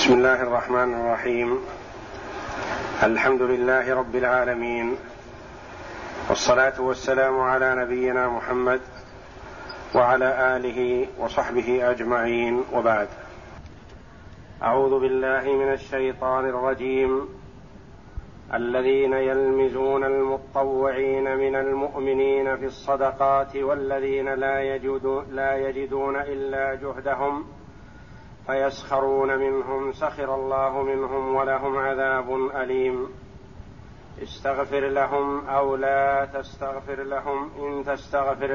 بسم الله الرحمن الرحيم. الحمد لله رب العالمين، والصلاة والسلام على نبينا محمد وعلى آله وصحبه أجمعين، وبعد. أعوذ بالله من الشيطان الرجيم. الذين يلمزون المطوعين من المؤمنين في الصدقات والذين لا يجدون إلا جهدهم فيسخرون منهم سخر الله منهم ولهم عذاب أليم. استغفر لهم أو لا تستغفر لهم إن تستغفر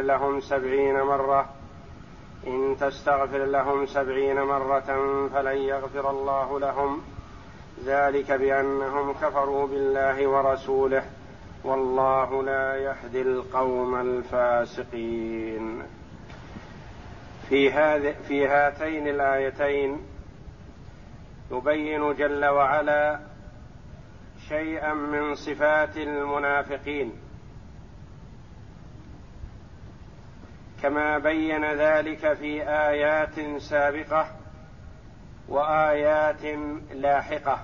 لهم 70 مرة فلن يغفر الله لهم، ذلك بأنهم كفروا بالله ورسوله والله لا يهدي القوم الفاسقين. في هاتين الآيتين يبين جل وعلا شيئا من صفات المنافقين، كما بين ذلك في آيات سابقة وآيات لاحقة.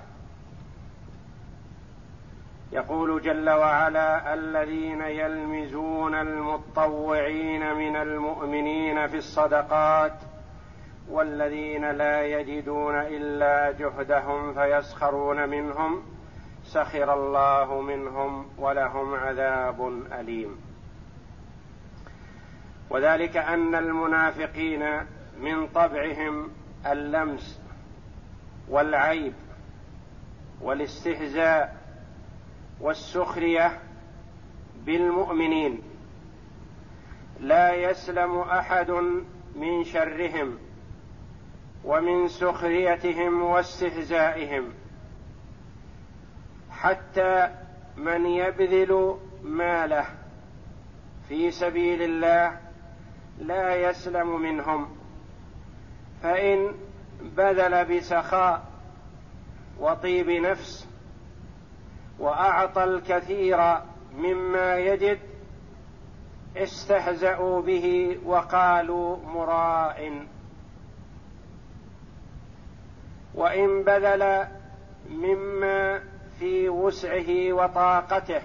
يقول جل وعلا: الذين يلمزون المطوعين من المؤمنين في الصدقات والذين لا يجدون إلا جهدهم فيسخرون منهم سخر الله منهم ولهم عذاب أليم. وذلك أن المنافقين من طبعهم اللمس والعيب والاستهزاء والسخرية بالمؤمنين، لا يسلم أحد من شرهم ومن سخريتهم واستهزائهم، حتى من يبذل ماله في سبيل الله لا يسلم منهم، فإن بذل بسخاء وطيب نفس وأعطى الكثير مما يجد استهزأوا به وقالوا مراء، وإن بذل مما في وسعه وطاقته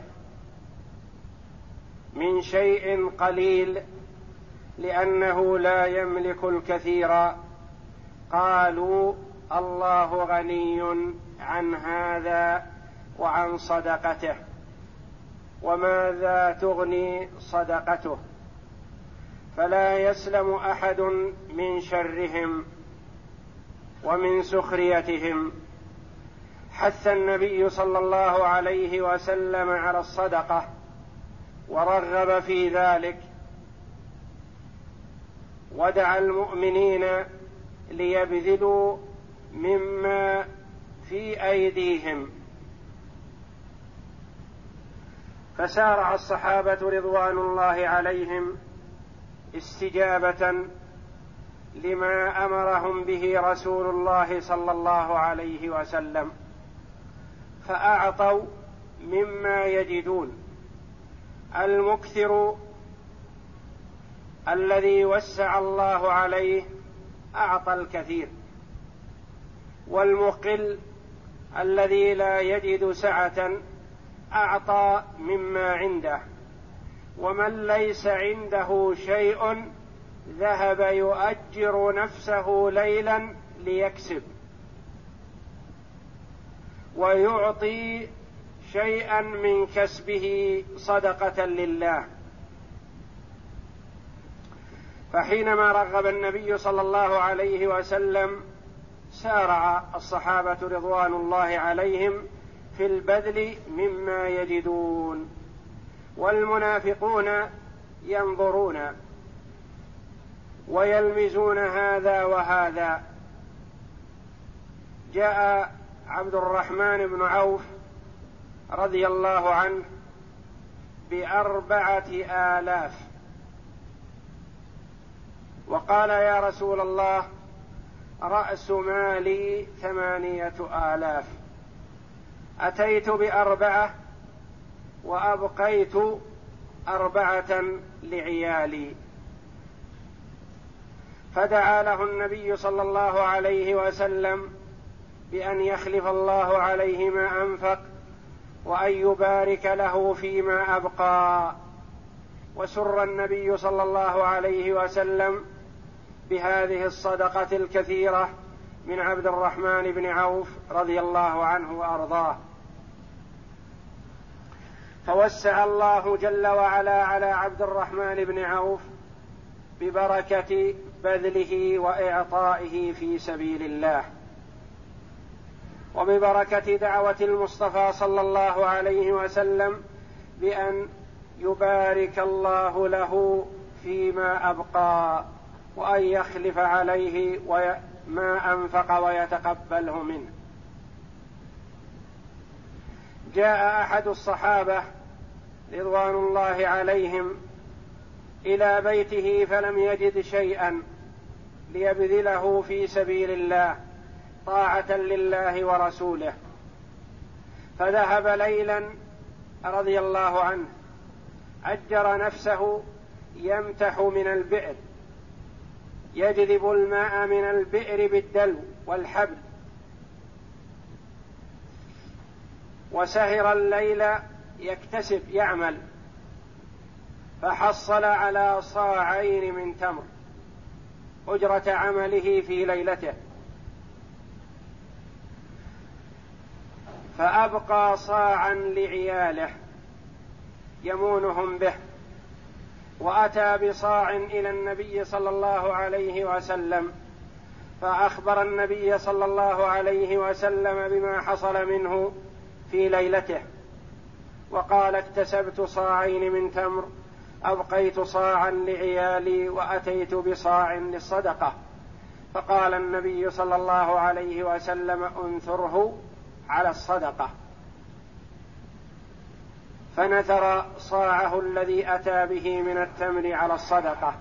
من شيء قليل لأنه لا يملك الكثير قالوا الله غني عن هذا وعن صدقته، وماذا تغني صدقته؟ فلا يسلم أحد من شرهم ومن سخريتهم. حث النبي صلى الله عليه وسلم على الصدقة ورغب في ذلك، ودعا المؤمنين ليبذلوا مما في أيديهم، فسارع الصحابة رضوان الله عليهم استجابة لما أمرهم به رسول الله صلى الله عليه وسلم، فأعطوا مما يجدون. المكثر الذي وسع الله عليه أعطى الكثير، والمقل الذي لا يجد سعة أعطى مما عنده، ومن ليس عنده شيء ذهب يؤجر نفسه ليلا ليكسب ويعطي شيئا من كسبه صدقة لله. فحينما رغب النبي صلى الله عليه وسلم سارع الصحابة رضوان الله عليهم في البذل مما يجدون، والمنافقون ينظرون ويلمزون هذا وهذا. جاء عبد الرحمن بن عوف رضي الله عنه ب4,000 وقال: يا رسول الله، رأس مالي 8,000، أتيت ب4 وأبقيت 4 لعيالي. فدعا له النبي صلى الله عليه وسلم بأن يخلف الله عليه ما أنفق وأن يبارك له فيما أبقى. وسر النبي صلى الله عليه وسلم بهذه الصدقة الكثيرة من عبد الرحمن بن عوف رضي الله عنه وأرضاه، فوسع الله جل وعلا على عبد الرحمن بن عوف ببركة بذله وإعطائه في سبيل الله، وببركة دعوة المصطفى صلى الله عليه وسلم بأن يبارك الله له فيما أبقى وأن يخلف عليه ما أنفق ويتقبله منه. جاء أحد الصحابة رضوان الله عليهم إلى بيته فلم يجد شيئا ليبذله في سبيل الله طاعة لله ورسوله، فذهب ليلا رضي الله عنه أجر نفسه يمتح من البئر، يجذب الماء من البئر بالدلو والحبل، وسهر الليل يكتسب يعمل، فحصل على صاعين من تمر أجرة عمله في ليلته، فأبقى صاعا لعياله يمونهم به، وأتى بصاع إلى النبي صلى الله عليه وسلم، فأخبر النبي صلى الله عليه وسلم بما حصل منه في ليلته، وقال: اكتسبت صاعين من تمر، أبقيت صاعا لعيالي، وأتيت بصاع للصدقة. فقال النبي صلى الله عليه وسلم: انثره على الصدقة. فنثر صاعه الذي أتى به من التمر على الصدقة.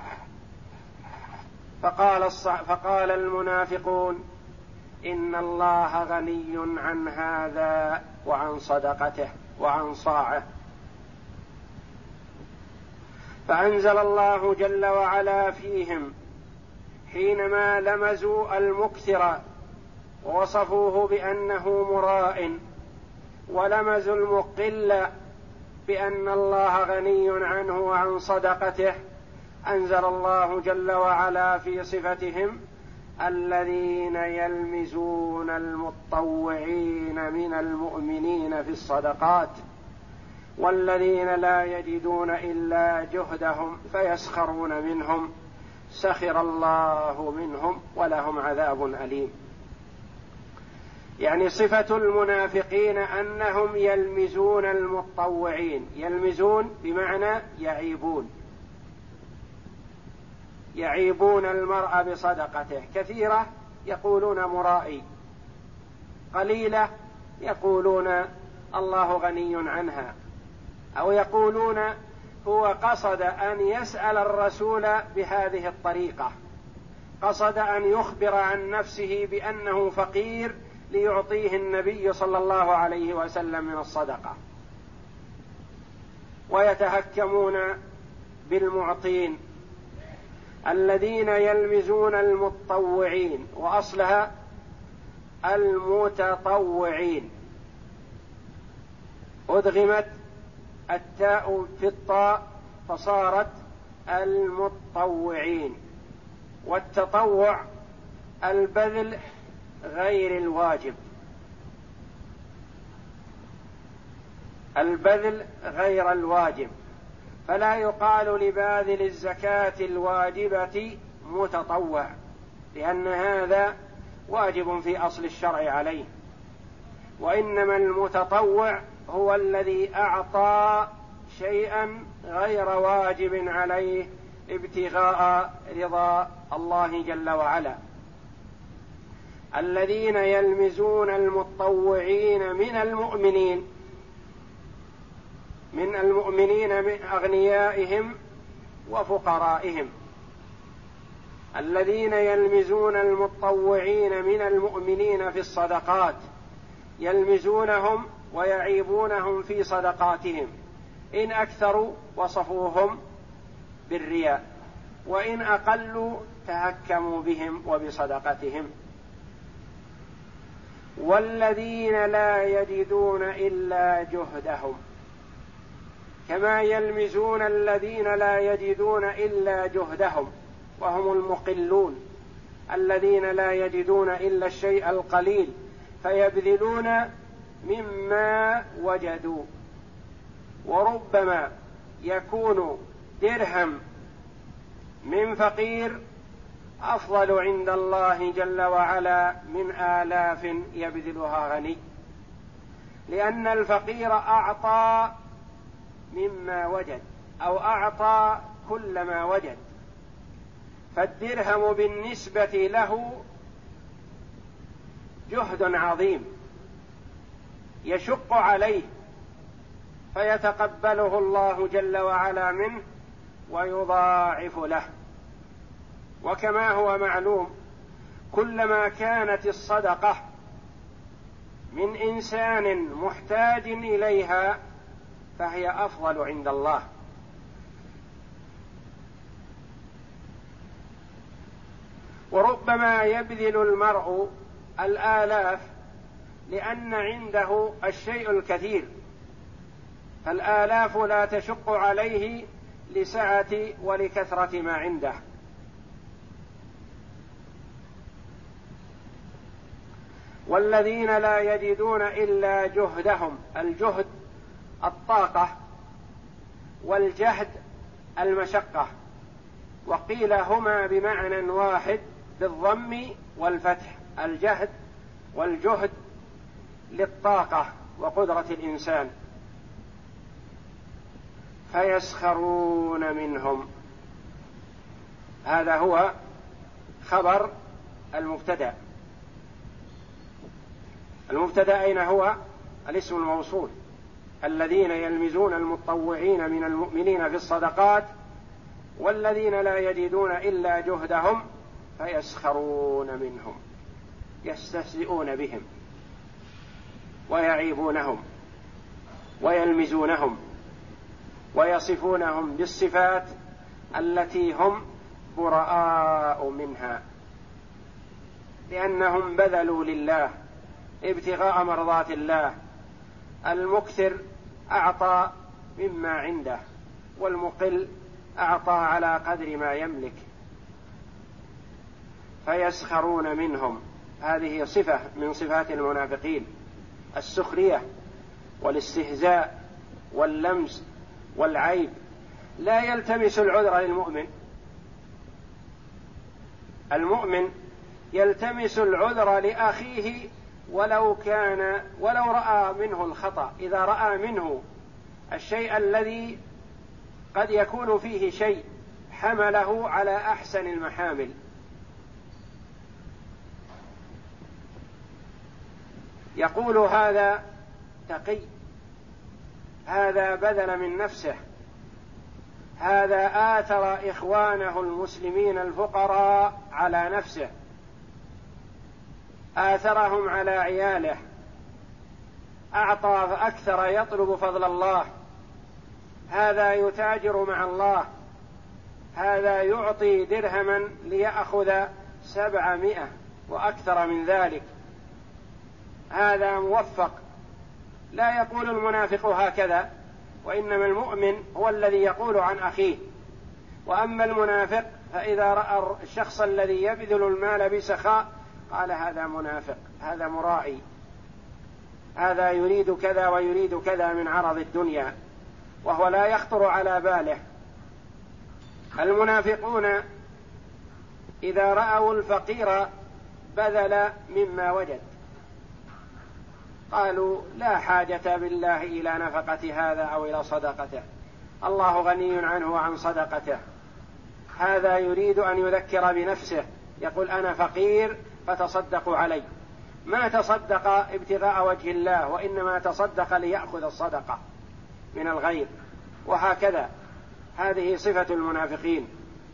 فقال المنافقون: إن الله غني عن هذا وعن صدقته وعن صاعه. فأنزل الله جل وعلا فيهم حينما لمزوا المكثر ووصفوه بأنه مراء، ولمزوا المقل بأن الله غني عنه وعن صدقته، أنزل الله جل وعلا في صفتهم: الذين يلمزون المتطوعين من المؤمنين في الصدقات والذين لا يجدون إلا جهدهم فيسخرون منهم سخر الله منهم ولهم عذاب أليم. يعني صفة المنافقين أنهم يلمزون المتطوعين، يلمزون بمعنى يعيبون المرء بصدقته، كثيرة يقولون مرائي، قليلة يقولون الله غني عنها، أو يقولون هو قصد أن يسأل الرسول بهذه الطريقة، قصد أن يخبر عن نفسه بأنه فقير ليعطيه النبي صلى الله عليه وسلم من الصدقة، ويتهكمون بالمعطين. الذين يلمزون المتطوعين، وأصلها المتطوعين، أدغمت التاء في الطاء فصارت المتطوعين. والتطوع البذل غير الواجب، البذل غير الواجب، فلا يقال لباذل الزكاة الواجبة متطوع، لأن هذا واجب في أصل الشرع عليه، وإنما المتطوع هو الذي أعطى شيئا غير واجب عليه ابتغاء رضا الله جل وعلا. الذين يلمزون المتطوعين من المؤمنين من أغنيائهم وفقرائهم، الذين يلمزون المتطوعين من المؤمنين في الصدقات، يلمزونهم ويعيبونهم في صدقاتهم، إن أكثروا وصفوهم بالرياء، وإن أقلوا تهكموا بهم وبصدقتهم. والذين لا يجدون إلا جهدهم، كما يلمزون الذين لا يجدون إلا جهدهم، وهم المقلون الذين لا يجدون إلا الشيء القليل فيبذلون مما وجدوا. وربما يكون درهم من فقير أفضل عند الله جل وعلا من آلاف يبذلها غني، لأن الفقير أعطى مما وجد أو أعطى كل ما وجد، فالدرهم بالنسبة له جهد عظيم يشق عليه، فيتقبله الله جل وعلا منه ويضاعف له. وكما هو معلوم كلما كانت الصدقة من إنسان محتاج إليها فهي أفضل عند الله. وربما يبذل المرء الآلاف لأن عنده الشيء الكثير، فالآلاف لا تشق عليه لسعة ولكثرة ما عنده. والذين لا يجدون إلا جهدهم، الجهد الطاقة، والجهد المشقة، وقيل هما بمعنى واحد بالضم والفتح، الجهد والجهد للطاقة وقدرة الإنسان. فيسخرون منهم، هذا هو خبر المبتدأ. المبتدأ أين هو؟ الاسم الموصول، الذين يلمزون المتطوعين من المؤمنين في الصدقات والذين لا يجدون إلا جهدهم فيسخرون منهم، يستهزئون بهم ويعيبونهم ويلمزونهم ويصفونهم بالصفات التي هم براء منها، لأنهم بذلوا لله ابتغاء مرضات الله. المكثر أعطى مما عنده، والمقل أعطى على قدر ما يملك. فيسخرون منهم، هذه صفة من صفات المنافقين، السخرية والاستهزاء واللمز والعيب. لا يلتمس العذر للمؤمن، المؤمن يلتمس العذر لأخيه ولو رأى منه الخطأ، إذا رأى منه الشيء الذي قد يكون فيه شيء حمله على أحسن المحامل. يقول هذا تقي، هذا بذل من نفسه، هذا آثر إخوانه المسلمين الفقراء على نفسه، آثرهم على عياله، أعطى فأكثر يطلب فضل الله، هذا يتاجر مع الله، هذا يعطي درهما ليأخذ 700 وأكثر من ذلك، هذا موفق. لا يقول المنافق هكذا، وإنما المؤمن هو الذي يقول عن أخيه. وأما المنافق فإذا رأى الشخص الذي يبذل المال بسخاء قال هذا منافق، هذا مرائي، هذا يريد كذا ويريد كذا من عرض الدنيا، وهو لا يخطر على باله. المنافقون إذا رأوا الفقير بذل مما وجد قالوا لا حاجة بالله إلى نفقة هذا أو إلى صدقته، الله غني عنه وعن صدقته. هذا يريد أن يذكر بنفسه، يقول أنا فقير فتصدقوا علي، ما تصدق ابتغاء وجه الله، وإنما تصدق ليأخذ الصدقة من الغير. وهكذا هذه صفة المنافقين.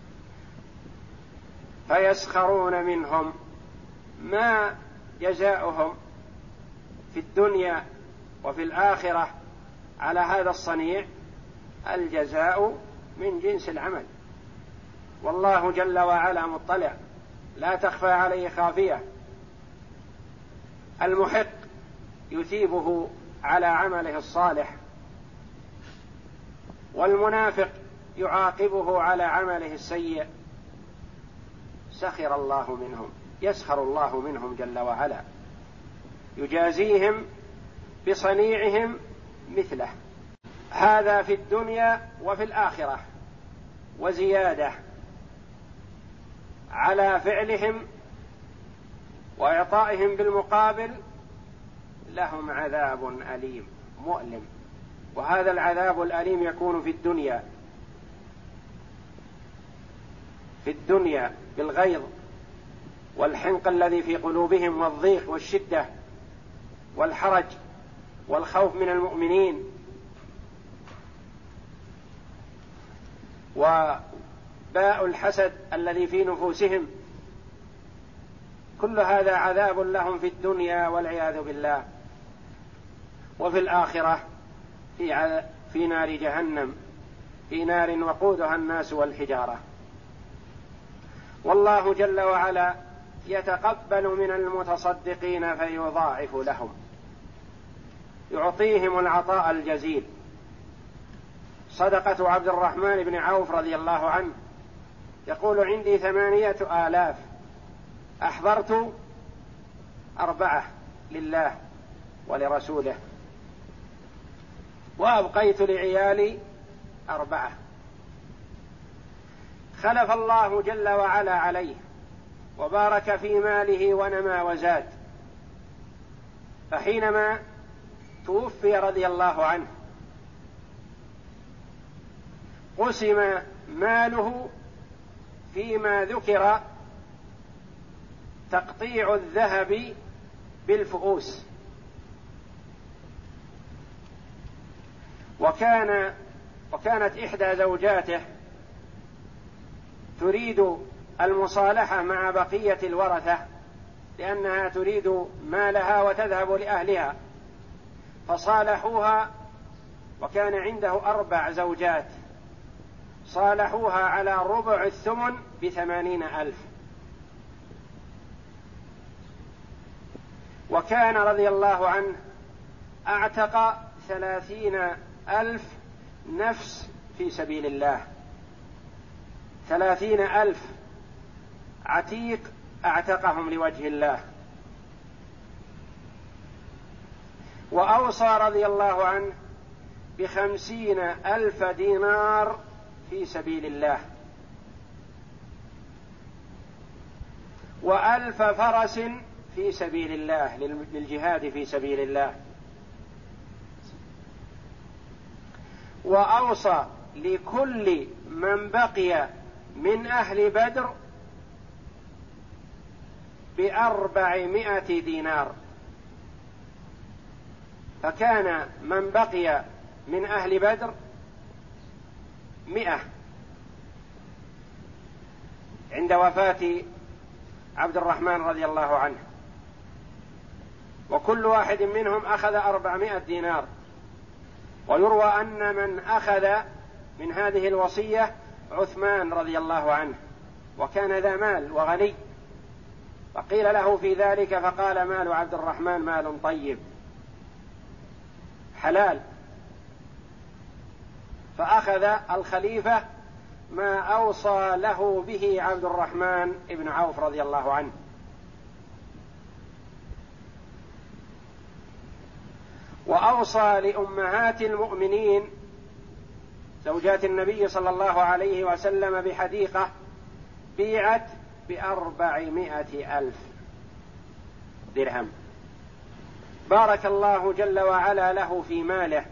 فيسخرون منهم، ما جزاؤهم في الدنيا وفي الآخرة على هذا الصنيع؟ الجزاء من جنس العمل، والله جل وعلا مطلع، لا تخفى عليه خافية. المحق يثيبه على عمله الصالح، والمنافق يعاقبه على عمله السيء. سخر الله منهم، يسخر الله منهم جل وعلا، يجازيهم بصنيعهم مثله، هذا في الدنيا وفي الآخرة، وزيادة على فعلهم وإعطائهم بالمقابل لهم عذاب أليم مؤلم. وهذا العذاب الأليم يكون في الدنيا بالغيظ والحنق الذي في قلوبهم والضيق والشدة والحرج والخوف من المؤمنين، وباء الحسد الذي في نفوسهم. كل هذا عذاب لهم في الدنيا والعياذ بالله. وفي الآخرة في نار جهنم، في نار وقودها الناس والحجارة. والله جل وعلا يتقبل من المتصدقين فيضاعف لهم، يعطيهم العطاء الجزيل. صدقة عبد الرحمن بن عوف رضي الله عنه يقول: عندي 8,000، أحضرت 4 لله ولرسوله، وأبقيت لعيالي 4. خلف الله جل وعلا عليه وبارك في ماله ونمى وزاد. فحينما توفي رضي الله عنه قسم ماله فيما ذكر تقطيع الذهب بالفؤوس، وكانت إحدى زوجاته تريد المصالحة مع بقية الورثة لأنها تريد مالها وتذهب لأهلها، فصالحوها، وكان عنده 4 زوجات، صالحوها على ربع الثمن ب80,000. وكان رضي الله عنه أعتق 30,000 نفس في سبيل الله، 30,000 عتيق أعتقهم لوجه الله. وأوصى رضي الله عنه ب50,000 دينار في سبيل الله، و1,000 فرس في سبيل الله للجهاد في سبيل الله. وأوصى لكل من بقي من أهل بدر ب400 دينار. فكان من بقي من أهل بدر 100 عند وفاة عبد الرحمن رضي الله عنه، وكل واحد منهم أخذ 400 دينار. ويروى أن من أخذ من هذه الوصية عثمان رضي الله عنه، وكان ذا مال وغني، فقيل له في ذلك فقال: مال عبد الرحمن مال طيب حلال. فأخذ الخليفة ما أوصى له به عبد الرحمن بن عوف رضي الله عنه. وأوصى لأمهات المؤمنين زوجات النبي صلى الله عليه وسلم بحديقة بيعت ب400,000 درهم. بارك الله جل وعلا له في ماله،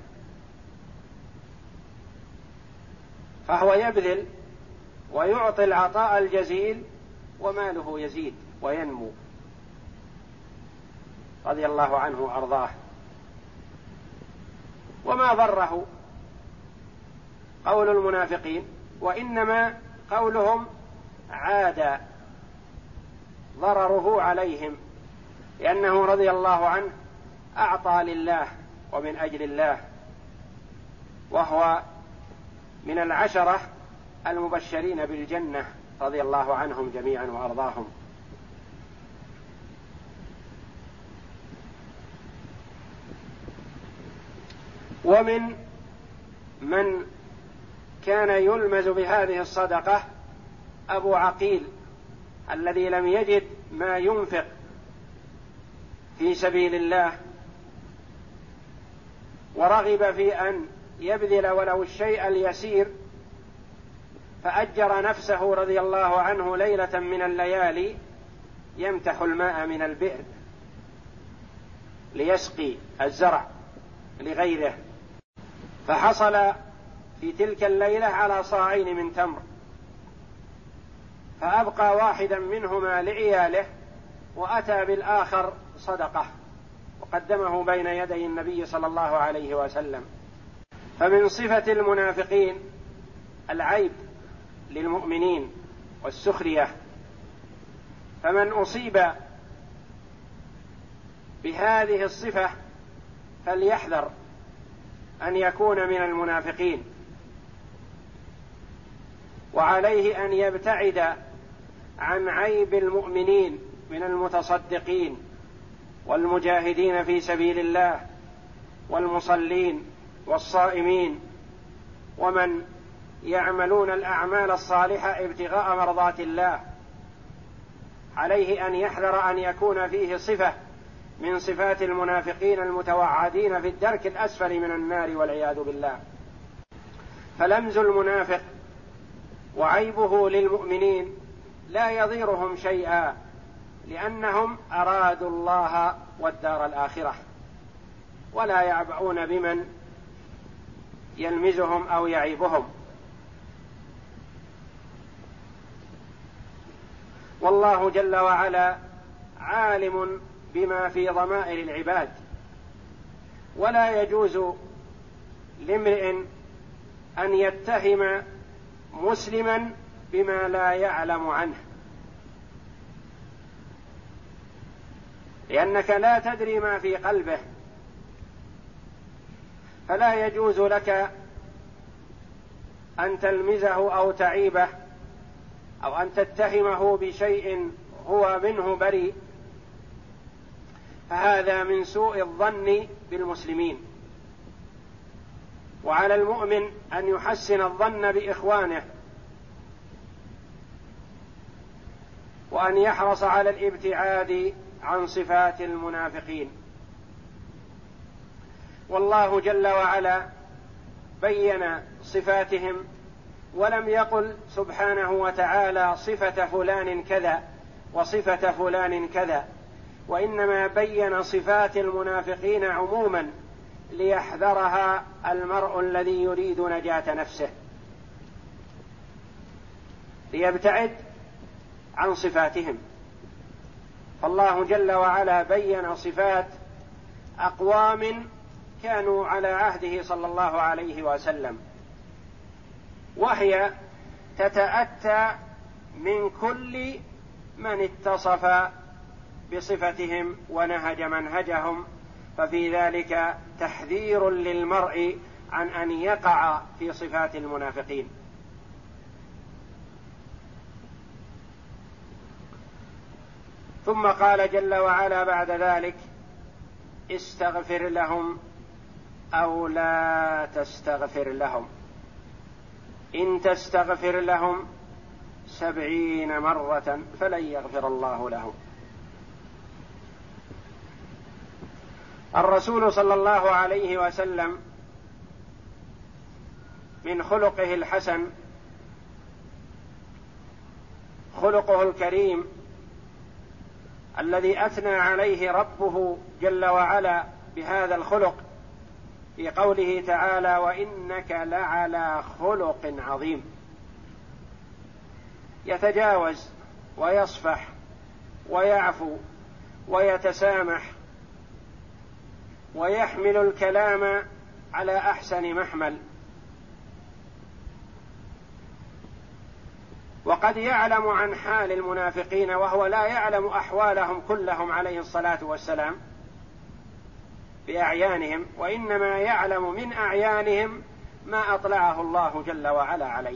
فهو يبذل ويعطي العطاء الجزيل وماله يزيد وينمو رضي الله عنه وأرضاه. وما ضره قول المنافقين، وإنما قولهم عاد ضرره عليهم، لأنه رضي الله عنه أعطى لله ومن أجل الله، وهو من 10 المبشرين بالجنة رضي الله عنهم جميعا وأرضاهم. ومن من كان يلمز بهذه الصدقة أبو عقيل الذي لم يجد ما ينفق في سبيل الله ورغب في أن يبذل ولو الشيء اليسير، فأجر نفسه رضي الله عنه ليلة من الليالي يمتح الماء من البئر ليسقي الزرع لغيره، فحصل في تلك الليلة على صاعين من تمر، فأبقى واحدا منهما لعياله وأتى بالآخر صدقة وقدمه بين يدي النبي صلى الله عليه وسلم. فمن صفة المنافقين العيب للمؤمنين والسخرية، فمن أصيب بهذه الصفة فليحذر أن يكون من المنافقين، وعليه أن يبتعد عن عيب المؤمنين من المتصدقين والمجاهدين في سبيل الله والمصلين والصائمين ومن يعملون الأعمال الصالحة ابتغاء مرضات الله. عليه أن يحذر أن يكون فيه صفة من صفات المنافقين المتوعدين في الدرك الأسفل من النار والعياذ بالله. فلمز المنافق وعيبه للمؤمنين لا يضيرهم شيئا، لأنهم أرادوا الله والدار الآخرة، ولا يعبؤون بمن يلمزهم أو يعيبهم. والله جل وعلا عالم بما في ضمائر العباد، ولا يجوز لامرئ أن يتهم مسلما بما لا يعلم عنه، لأنك لا تدري ما في قلبه، فلا يجوز لك أن تلمزه أو تعيبه أو أن تتهمه بشيء هو منه بريء، فهذا من سوء الظن بالمسلمين. وعلى المؤمن أن يحسن الظن بإخوانه، وأن يحرص على الابتعاد عن صفات المنافقين. والله جل وعلا بين صفاتهم ولم يقل سبحانه وتعالى صفة فلان كذا وصفة فلان كذا، وإنما بين صفات المنافقين عموما ليحذرها المرء الذي يريد نجاة نفسه، ليبتعد عن صفاتهم. فالله جل وعلا بين صفات أقوام كانوا على عهده صلى الله عليه وسلم، وهي تتأتى من كل من اتصف بصفتهم ونهج منهجهم، ففي ذلك تحذير للمرء عن أن يقع في صفات المنافقين. ثم قال جل وعلا بعد ذلك: استغفر لهم أو لا تستغفر لهم، إن تستغفر لهم 70 مرة فلن يغفر الله لهم. الرسول صلى الله عليه وسلم من خلقه الحسن خلقه الكريم الذي أثنى عليه ربه جل وعلا بهذا الخلق في قوله تعالى: وإنك لعلى خلق عظيم. يتجاوز ويصفح ويعفو ويتسامح ويحمل الكلام على أحسن محمل، وقد يعلم عن حال المنافقين وهو لا يعلم أحوالهم كلهم عليه الصلاة والسلام بأعيانهم، وإنما يعلم من أعيانهم ما أطلعه الله جل وعلا عليه،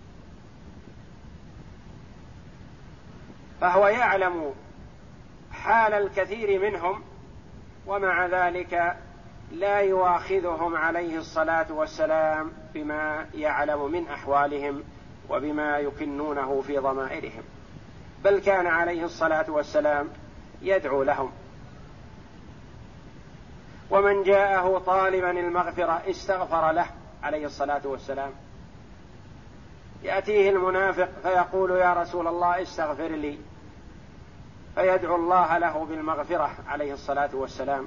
فهو يعلم حال الكثير منهم، ومع ذلك لا يؤاخذهم عليه الصلاة والسلام بما يعلم من أحوالهم وبما يكنونه في ضمائرهم، بل كان عليه الصلاة والسلام يدعو لهم. ومن جاءه طالبا المغفرة استغفر له عليه الصلاة والسلام. يأتيه المنافق فيقول يا رسول الله استغفر لي، فيدعو الله له بالمغفرة عليه الصلاة والسلام.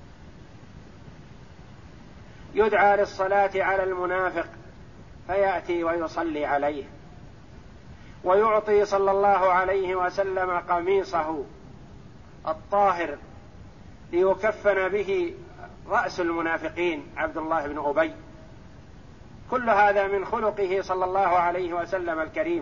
يدعى للصلاة على المنافق فيأتي ويصلي عليه، ويعطي صلى الله عليه وسلم قميصه الطاهر ليكفن به رأس المنافقين عبد الله بن أبي. كل هذا من خلقه صلى الله عليه وسلم الكريم.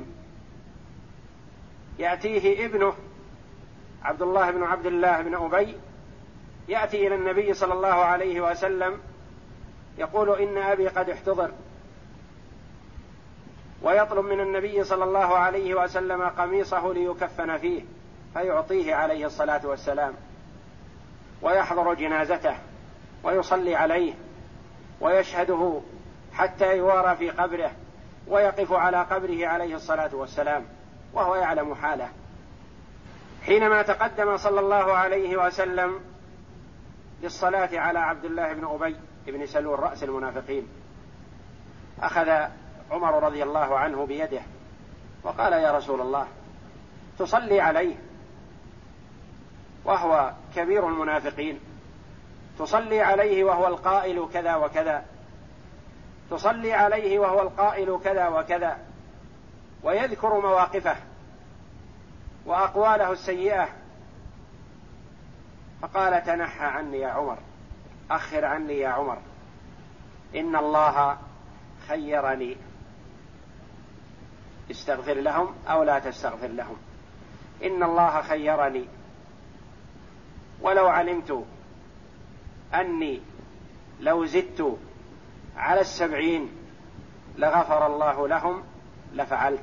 يأتيه ابنه عبد الله بن عبد الله بن أبي، يأتي إلى النبي صلى الله عليه وسلم يقول إن أبي قد احتضر، ويطلب من النبي صلى الله عليه وسلم قميصه ليكفن فيه، فيعطيه عليه الصلاة والسلام، ويحضر جنازته ويصلي عليه ويشهده حتى يوارى في قبره، ويقف على قبره عليه الصلاة والسلام وهو يعلم حاله. حينما تقدم صلى الله عليه وسلم للصلاة على عبد الله بن أبي بن سلول رأس المنافقين، أخذ عمر رضي الله عنه بيده وقال يا رسول الله تصلي عليه وهو كبير المنافقين، تصلي عليه وهو القائل كذا وكذا، تصلي عليه وهو القائل كذا وكذا، ويذكر مواقفه وأقواله السيئة. فقال تنحى عني يا عمر، أخر عني يا عمر، إن الله خيرني، استغفر لهم أو لا تستغفر لهم، إن الله خيرني، ولو علمت أني لو زدت على 70 لغفر الله لهم لفعلت.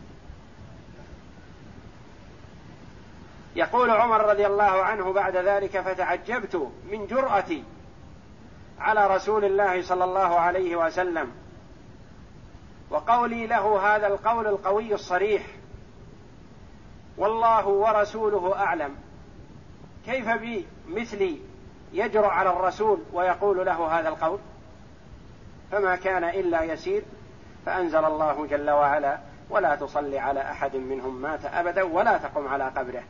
يقول عمر رضي الله عنه بعد ذلك فتعجبت من جرأتي على رسول الله صلى الله عليه وسلم، وقولي له هذا القول القوي الصريح والله ورسوله أعلم، كيف بي مثلي يجرؤ على الرسول ويقول له هذا القول؟ فما كان إلا يسير، فأنزل الله جل وعلا ولا تصلي على أحد منهم مات أبدا ولا تقم على قبره.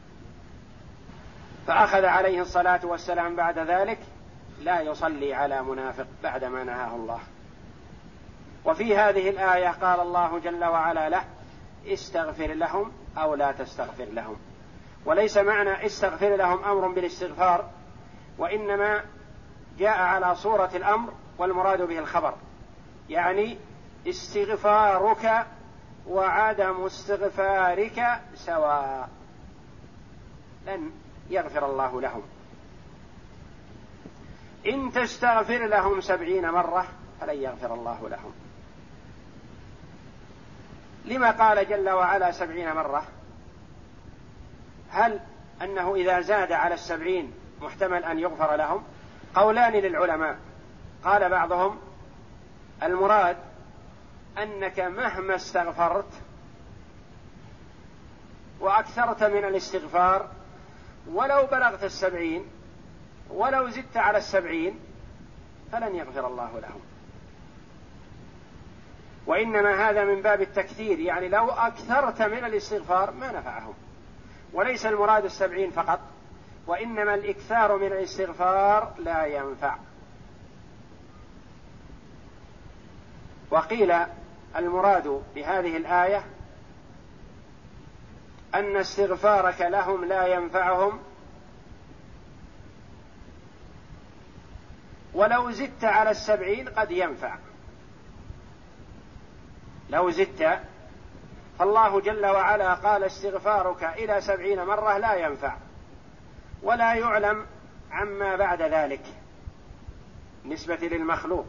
فأخذ عليه الصلاة والسلام بعد ذلك لا يصلي على منافق بعدما نهاه الله. وفي هذه الآية قال الله جل وعلا له استغفر لهم أو لا تستغفر لهم، وليس معنى استغفر لهم أمر بالاستغفار، وإنما جاء على صورة الأمر والمراد به الخبر، يعني استغفارك وعدم استغفارك سواء، لن يغفر الله لهم. إن تستغفر لهم 70 مرة فلن يغفر الله لهم. لما قال جل وعلا 70 مرة؟ هل أنه إذا زاد على 70 محتمل أن يغفر لهم؟ قولان للعلماء. قال بعضهم المراد أنك مهما استغفرت وأكثرت من الاستغفار ولو بلغت 70 ولو زدت على 70 فلن يغفر الله لهم، وإنما هذا من باب التكثير، يعني لو أكثرت من الاستغفار ما نفعهم. وليس المراد 70 فقط، وإنما الإكثار من الاستغفار لا ينفع. وقيل المراد بهذه الآية أن استغفارك لهم لا ينفعهم ولو زدت على 70 قد ينفع. لو زدت، فالله جل وعلا قال استغفارك إلى 70 مرة لا ينفع، ولا يعلم عما بعد ذلك نسبة للمخلوق.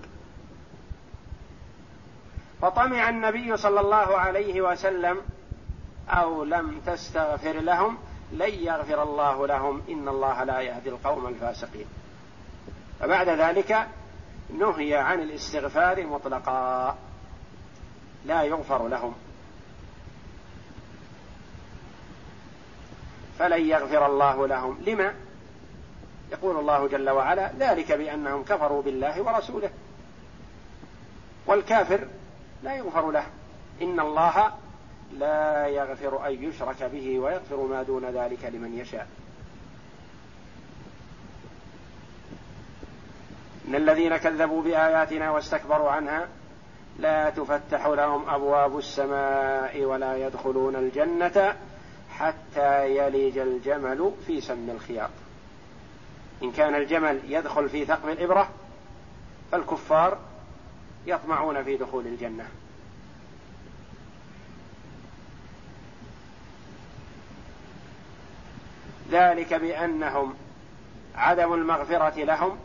فطمع النبي صلى الله عليه وسلم أو لم تستغفر لهم لن يغفر الله لهم إن الله لا يهدي القوم الفاسقين. فبعد ذلك نهي عن الاستغفار مطلقا، لا يغفر لهم، فلن يغفر الله لهم. لما؟ يقول الله جل وعلا: ذلك بأنهم كفروا بالله ورسوله، والكافر لا يغفر له، إن الله لا يغفر أن يشرك به ويغفر ما دون ذلك لمن يشاء. إن الذين كذبوا بآياتنا واستكبروا عنها لا تفتح لهم أبواب السماء ولا يدخلون الجنة حتى يلج الجمل في سم الخياط. إن كان الجمل يدخل في ثقب الإبرة فالكفار يطمعون في دخول الجنة. ذلك بأنهم عدم المغفرة لهم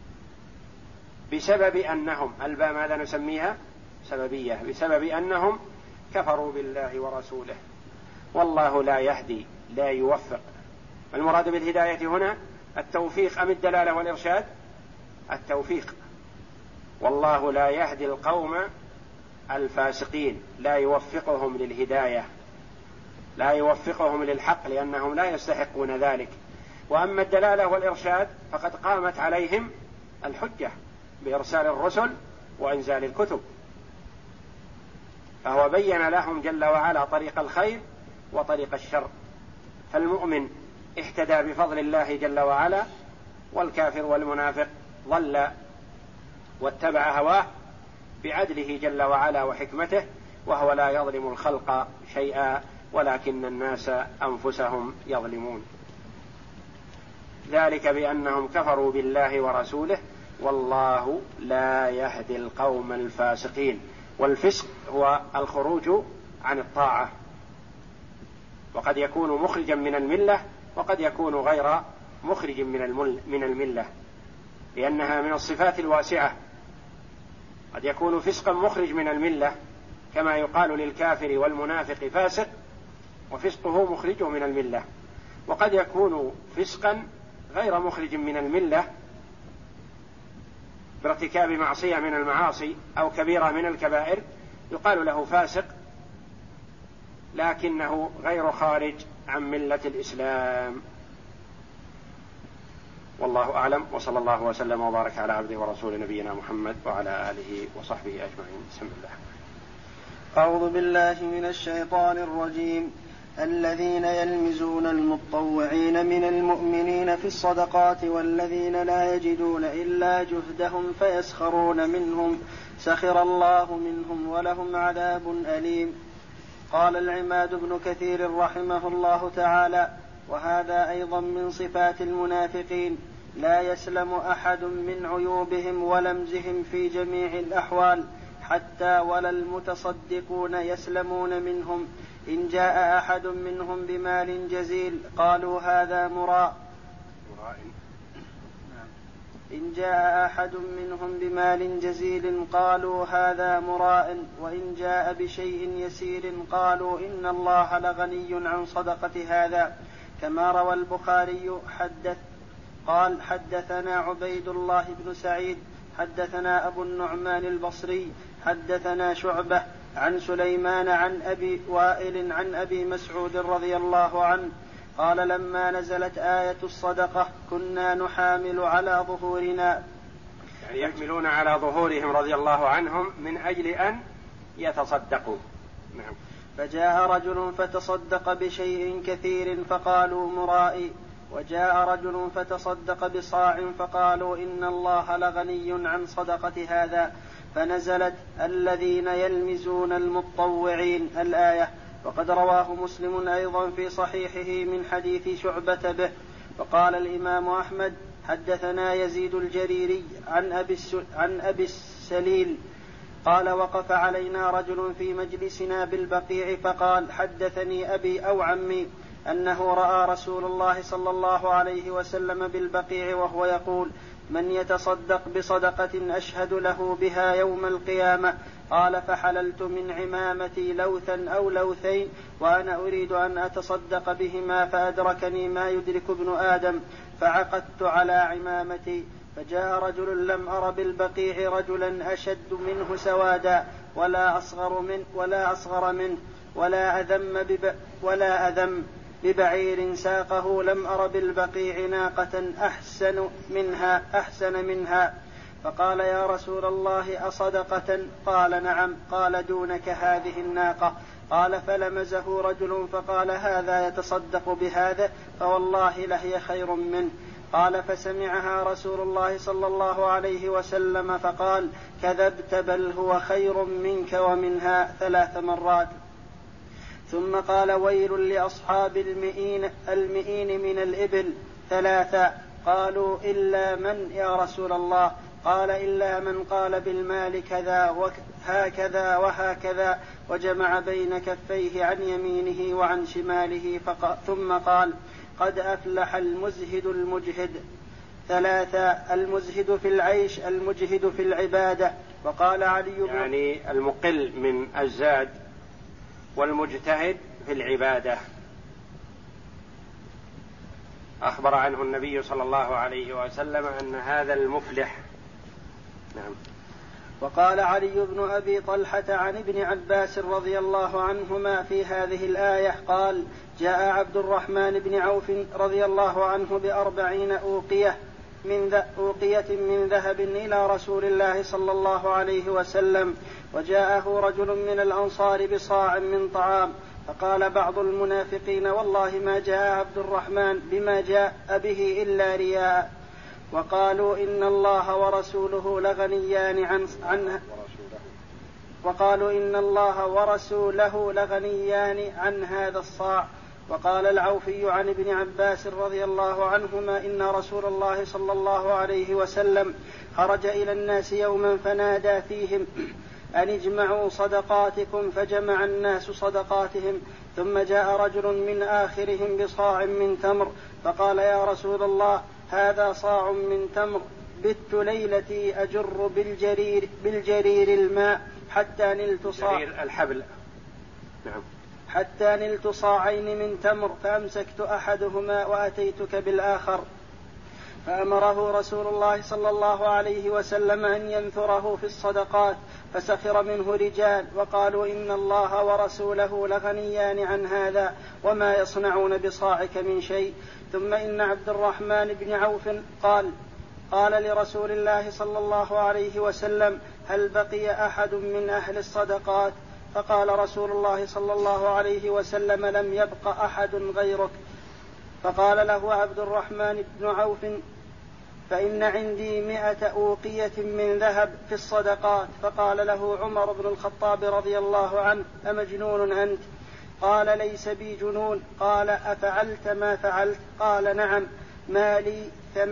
بسبب أنهم، الباء ماذا نسميها؟ سببية، بسبب أنهم كفروا بالله ورسوله، والله لا يهدي لا يوفق. المراد بالهداية هنا التوفيق أم الدلالة والإرشاد؟ التوفيق. والله لا يهدي القوم الفاسقين، لا يوفقهم للهداية، لا يوفقهم للحق، لأنهم لا يستحقون ذلك. وأما الدلالة والإرشاد فقد قامت عليهم الحجة بإرسال الرسل وإنزال الكتب، فهو بين لهم جل وعلا طريق الخير وطريق الشر. فالمؤمن اهتدى بفضل الله جل وعلا، والكافر والمنافق ضل واتبع هواه بعدله جل وعلا وحكمته، وهو لا يظلم الخلق شيئا ولكن الناس أنفسهم يظلمون. ذلك بأنهم كفروا بالله ورسوله والله لا يهدي القوم الفاسقين. والفسق هو الخروج عن الطاعة، وقد يكون مخرجا من الملة وقد يكون غير مخرج من الملة، لأنها من الصفات الواسعة. قد يكون فسقا مخرج من الملة كما يقال للكافر والمنافق فاسق وفسقه مخرجه من الملة، وقد يكون فسقا غير مخرج من الملة بارتكاب معصية من المعاصي أو كبيرة من الكبائر، يقال له فاسق لكنه غير خارج عن ملة الإسلام. والله أعلم، وصلى الله وسلم وبارك على عبده ورسول نبينا محمد وعلى آله وصحبه أجمعين. بسم الله. أعوذ بالله من الشيطان الرجيم. الذين يلمزون المطوعين من المؤمنين في الصدقات والذين لا يجدون إلا جهدهم فيسخرون منهم سخر الله منهم ولهم عذاب أليم. قال العماد بن كثير رحمه الله تعالى: وهذا أيضا من صفات المنافقين، لا يسلم أحد من عيوبهم ولمزهم في جميع الأحوال، حتى ولا المتصدقون يسلمون منهم. إن جاء أحد منهم بمال جزيل قالوا هذا مراء، إن جاء أحد منهم بمال جزيل قالوا هذا مراء، وإن جاء بشيء يسير قالوا إن الله لغني عن صدقة هذا. كما روى البخاري قال: حدثنا عبيد الله بن سعيد حدثنا أبو النعمان البصري حدثنا شعبة عن سليمان عن أبي وائل عن أبي مسعود رضي الله عنه قال: لما نزلت آية الصدقة كنا نحامل على ظهورنا، يعني يحملون على ظهورهم رضي الله عنهم من أجل أن يتصدقوا. نعم. فجاء رجل فتصدق بشيء كثير فقالوا مرائي، وجاء رجل فتصدق بصاع فقالوا إن الله لغني عن صدقة هذا، فنزلت الذين يلمزون المطوعين الآية. وقد رواه مسلم أيضا في صحيحه من حديث شعبة به. وقال الإمام أحمد: حدثنا يزيد الجريري عن أبي السليل قال: وقف علينا رجل في مجلسنا بالبقيع فقال: حدثني أبي أو عمي أنه رأى رسول الله صلى الله عليه وسلم بالبقيع وهو يقول: من يتصدق بصدقة أشهد له بها يوم القيامة. قال: فحللت من عمامتي لوثا أو لوثين وأنا أريد أن أتصدق بهما، فأدركني ما يدرك ابن آدم، فعقدت على عمامتي فجاء رجل لم أر بالبقيع رجلا أشد منه سوادا ولا أصغر منه ولا أذم ببعير ساقه. لم أر بالبقيع ناقة أحسن منها. فقال يا رسول الله أصدقة؟ قال نعم. قال دونك هذه الناقة. قال فلمزه رجل فقال هذا يتصدق بهذا فوالله لهي خير منه. قال فسمعها رسول الله صلى الله عليه وسلم فقال كذبت بل هو خير منك ومنها 3 مرات. ثم قال ويل لأصحاب المئين من الإبل 3. قالوا إلا من يا رسول الله؟ قال إلا من قال بالمال كذا وهكذا وهكذا وجمع بين كفيه عن يمينه وعن شماله. ثم قال قد أفلح المزهد المجهد 3. المزهد في العيش المجهد في العبادة. وقال علي يعني المقل من الزاد والمجتهد في العبادة. أخبر عنه النبي صلى الله عليه وسلم أن هذا المفلح. نعم. وقال علي بن أبي طلحة عن ابن عباس رضي الله عنهما في هذه الآية قال جاء عبد الرحمن بن عوف رضي الله عنه ب40 أوقية من ذهب إلى رسول الله صلى الله عليه وسلم. وجاءه رجل من الأنصار بصاع من طعام. فقال بعض المنافقين والله ما جاء عبد الرحمن بما جاء به إلا رياء. وقالوا إن الله ورسوله لغنيان عن هذا الصاع. وقال العوفي عن ابن عباس رضي الله عنهما إن رسول الله صلى الله عليه وسلم خرج إلى الناس يوما فنادى فيهم أن اجمعوا صدقاتكم فجمع الناس صدقاتهم. ثم جاء رجل من آخرهم بصاع من تمر فقال يا رسول الله هذا صاع من تمر بت ليلتي أجر بالجرير الماء حتى نلت الحبل. نعم. حتى نلت صاعين من تمر فأمسكت أحدهما وأتيتك بالآخر. فأمره رسول الله صلى الله عليه وسلم أن ينثره في الصدقات. فسخر منه رجال وقالوا إن الله ورسوله لغنيان عن هذا وما يصنعون بصاعك من شيء. ثم إن عبد الرحمن بن عوف قال لرسول الله صلى الله عليه وسلم هل بقي أحد من أهل الصدقات؟ فقال رسول الله صلى الله عليه وسلم لم يبق أحد غيرك. فقال له عبد الرحمن بن عوف فإن عندي 100 أوقية من ذهب في الصدقات. فقال له عمر بن الخطاب رضي الله عنه أمجنون أنت؟ قال ليس بي جنون. قال أفعلت ما فعلت؟ قال نعم مالي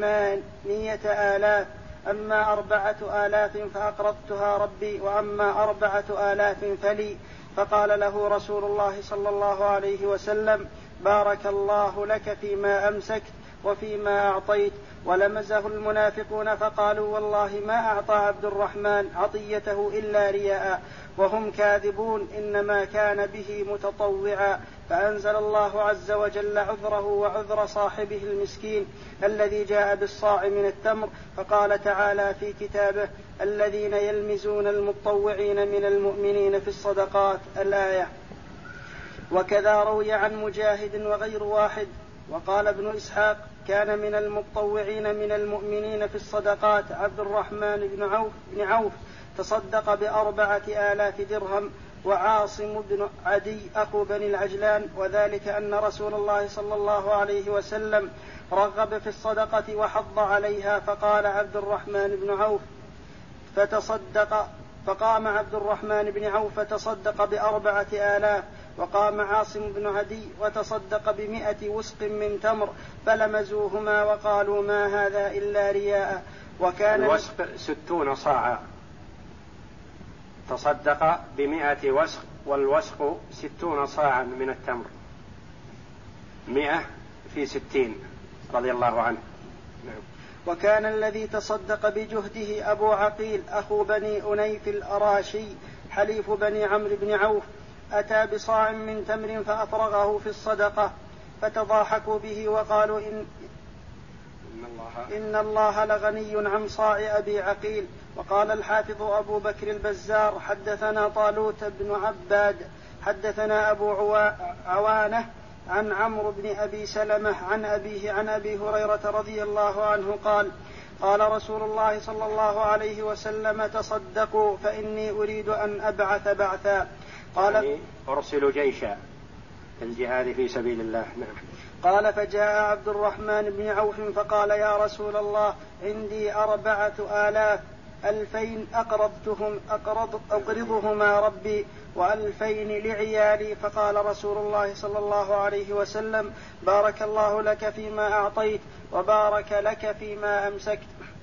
8,000 أما 4,000 فأقرضتها ربي وأما 4,000 فلي. فقال له رسول الله صلى الله عليه وسلم بارك الله لك فيما أمسكت وفيما أعطيت. ولمزه المنافقون فقالوا والله ما أعطى عبد الرحمن عطيته إلا رياء وهم كاذبون إنما كان به متطوعا. فأنزل الله عز وجل عذره وعذر صاحبه المسكين الذي جاء بالصاع من التمر. فقال تعالى في كتابه الذين يلمزون المتطوعين من المؤمنين في الصدقات الآية. وكذا روي عن مجاهد وغير واحد. وقال ابن إسحاق كان من المتطوعين من المؤمنين في الصدقات عبد الرحمن بن عوف تصدق ب4,000 درهم وعاصم بن عدي أخو بني العجلان. وذلك أن رسول الله صلى الله عليه وسلم رغب في الصدقة وحض عليها. فقال عبد الرحمن بن عوف فقام عبد الرحمن بن عوف فتصدق ب4,000. وقام عاصم بن عدي وتصدق ب100 وسق من تمر فلمزوهما وقالوا ما هذا إلا رياء. وكان الوسق 60 صاعا. تصدق ب100 وسق والوسق 60 صاعا من التمر 100 في 60 رضي الله عنه. نعم. وكان الذي تصدق بجهده أبو عقيل أخو بني أنيف الأراشي حليف بني عمرو بن عوف أتى بصاع من تمر فأفرغه في الصدقة فتضاحكوا به وقالوا إن الله لغني عن صاع أبي عقيل. وقال الحافظ أبو بكر البزار حدثنا طالوت بن عباد حدثنا أبو عوانة عن عمرو بن أبي سلمة عن أبيه عن أبي هريرة رضي الله عنه قال قال رسول الله صلى الله عليه وسلم تصدقوا فإني أريد أن أبعث بعثا. قال يعني أرسل جيشا في الجهاد في سبيل الله. نعم. قال فجاء عبد الرحمن بن عوف فقال يا رسول الله عندي 4,000 2,000 أقرضهما ربي و2,000 لعيالي. فقال رسول الله صلى الله عليه وسلم بارك الله لك فيما أعطيت وبارك لك فيما أمسكت.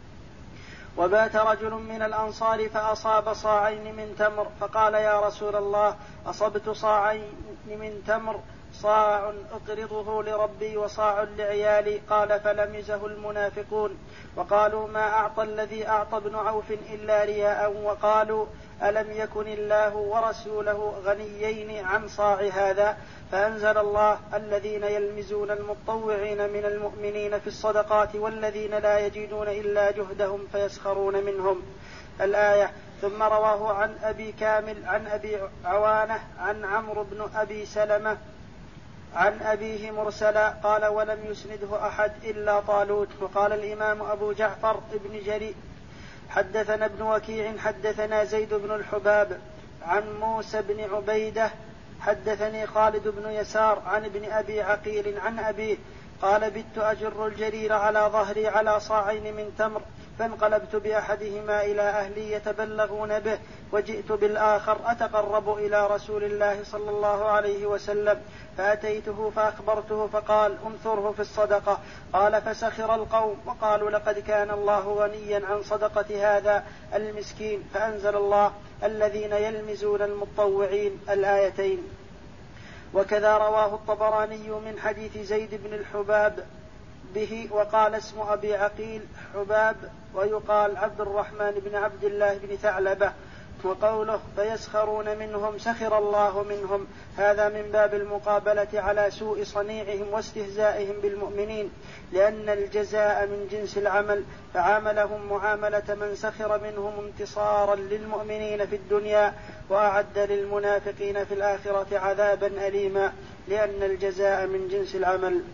وبات رجل من الأنصار فأصاب صاعين من تمر فقال يا رسول الله أصبت صاعين من تمر صاع أقرضه لربي وصاع لعيالي. قال فلمزه المنافقون وقالوا ما أعطى الذي أعطى ابن عوف إلا رياء. وقالوا ألم يكن الله ورسوله غنيين عن صاع هذا. فأنزل الله الذين يلمزون المتطوعين من المؤمنين في الصدقات والذين لا يجدون إلا جهدهم فيسخرون منهم الآية. ثم رواه عن أبي كامل عن أبي عوانة عن عمرو بن أبي سلمة عن أبيه مرسلا قال ولم يسنده أحد إلا طالوت. وقال الإمام أبو جعفر ابن جرير حدثنا ابن وكيع حدثنا زيد بن الحباب عن موسى بن عبيدة حدثني خالد بن يسار عن ابن أبي عقيل عن أبيه قال بت أجر الجرير على ظهري على صاعين من تمر فانقلبت بأحدهما إلى أهلي يتبلغون به وجئت بالآخر أتقرب إلى رسول الله صلى الله عليه وسلم فأتيته فأخبرته فقال انثره في الصدقة. قال فسخر القوم وقالوا لقد كان الله غنيا عن صدقة هذا المسكين. فأنزل الله الذين يلمزون المتطوعين الآيتين. وكذا رواه الطبراني من حديث زيد بن الحباب به وقال اسم أبي عقيل حباب ويقال عبد الرحمن بن عبد الله بن ثعلبة. وقوله فيسخرون منهم سخر الله منهم هذا من باب المقابلة على سوء صنيعهم واستهزائهم بالمؤمنين لأن الجزاء من جنس العمل فعاملهم معاملة من سخر منهم انتصارا للمؤمنين في الدنيا وأعد للمنافقين في الآخرة عذابا أليما لأن الجزاء من جنس العمل.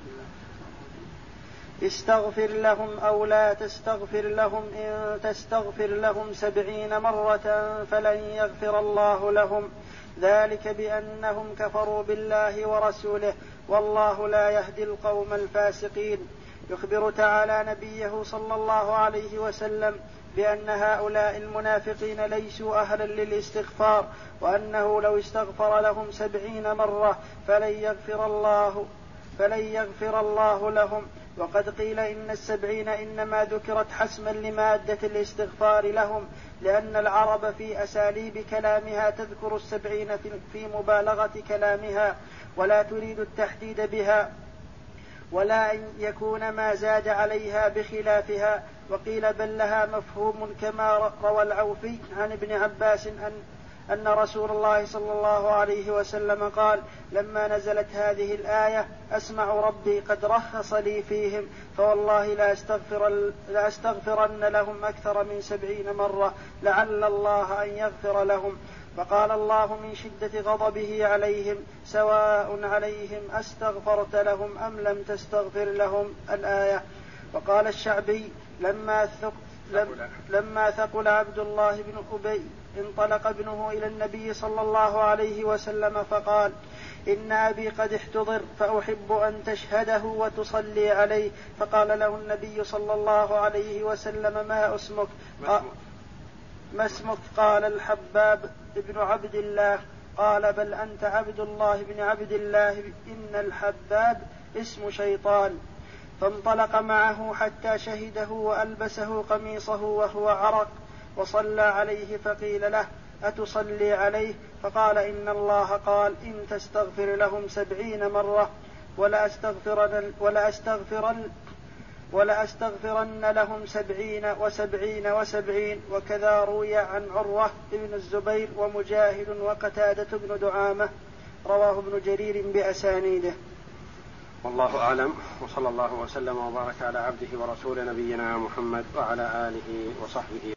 استغفر لهم أو لا تستغفر لهم إن تستغفر لهم 70 مرة فلن يغفر الله لهم ذلك بأنهم كفروا بالله ورسوله والله لا يهدي القوم الفاسقين. يخبر تعالى نبيه صلى الله عليه وسلم بأن هؤلاء المنافقين ليسوا أهلا للاستغفار وأنه لو استغفر لهم 70 مرة فلن يغفر الله لهم. وقد قيل إن 70 إنما ذكرت حسما لمادة الاستغفار لهم لأن العرب في أساليب كلامها تذكر 70 في مبالغة كلامها ولا تريد التحديد بها ولا أن يكون ما زاد عليها بخلافها. وقيل بل لها مفهوم كما روى العوفي عن ابن عباس أن رسول الله صلى الله عليه وسلم قال لما نزلت هذه الآية أسمع ربي قد رخص لي فيهم فوالله لا أستغفرن لهم أكثر من 70 مرة لعل الله أن يغفر لهم. فقال الله من شدة غضبه عليهم سواء عليهم أستغفرت لهم أم لم تستغفر لهم الآية. وقال الشعبي لما ثقل عبد الله بن أبي انطلق ابنه إلى النبي صلى الله عليه وسلم فقال إن أبي قد احتضر فأحب أن تشهده وتصلي عليه. فقال له النبي صلى الله عليه وسلم ما اسمك؟ قال الحباب ابن عبد الله. قال بل أنت عبد الله بن عبد الله إن الحباب اسم شيطان. فانطلق معه حتى شهده وألبسه قميصه وهو عرق وصلى عليه فقيل له أتصلي عليه؟ فقال إن الله قال إن تستغفر لهم 70 مرة ولا أستغفرن لهم 70 و70 و70. وكذا روي عن عروة بن الزبير ومجاهد وقتادة بن دعامة رواه ابن جرير بأسانيده. والله أعلم، وصلى الله وسلم وبارك على عبده ورسول نبينا محمد وعلى آله وصحبه.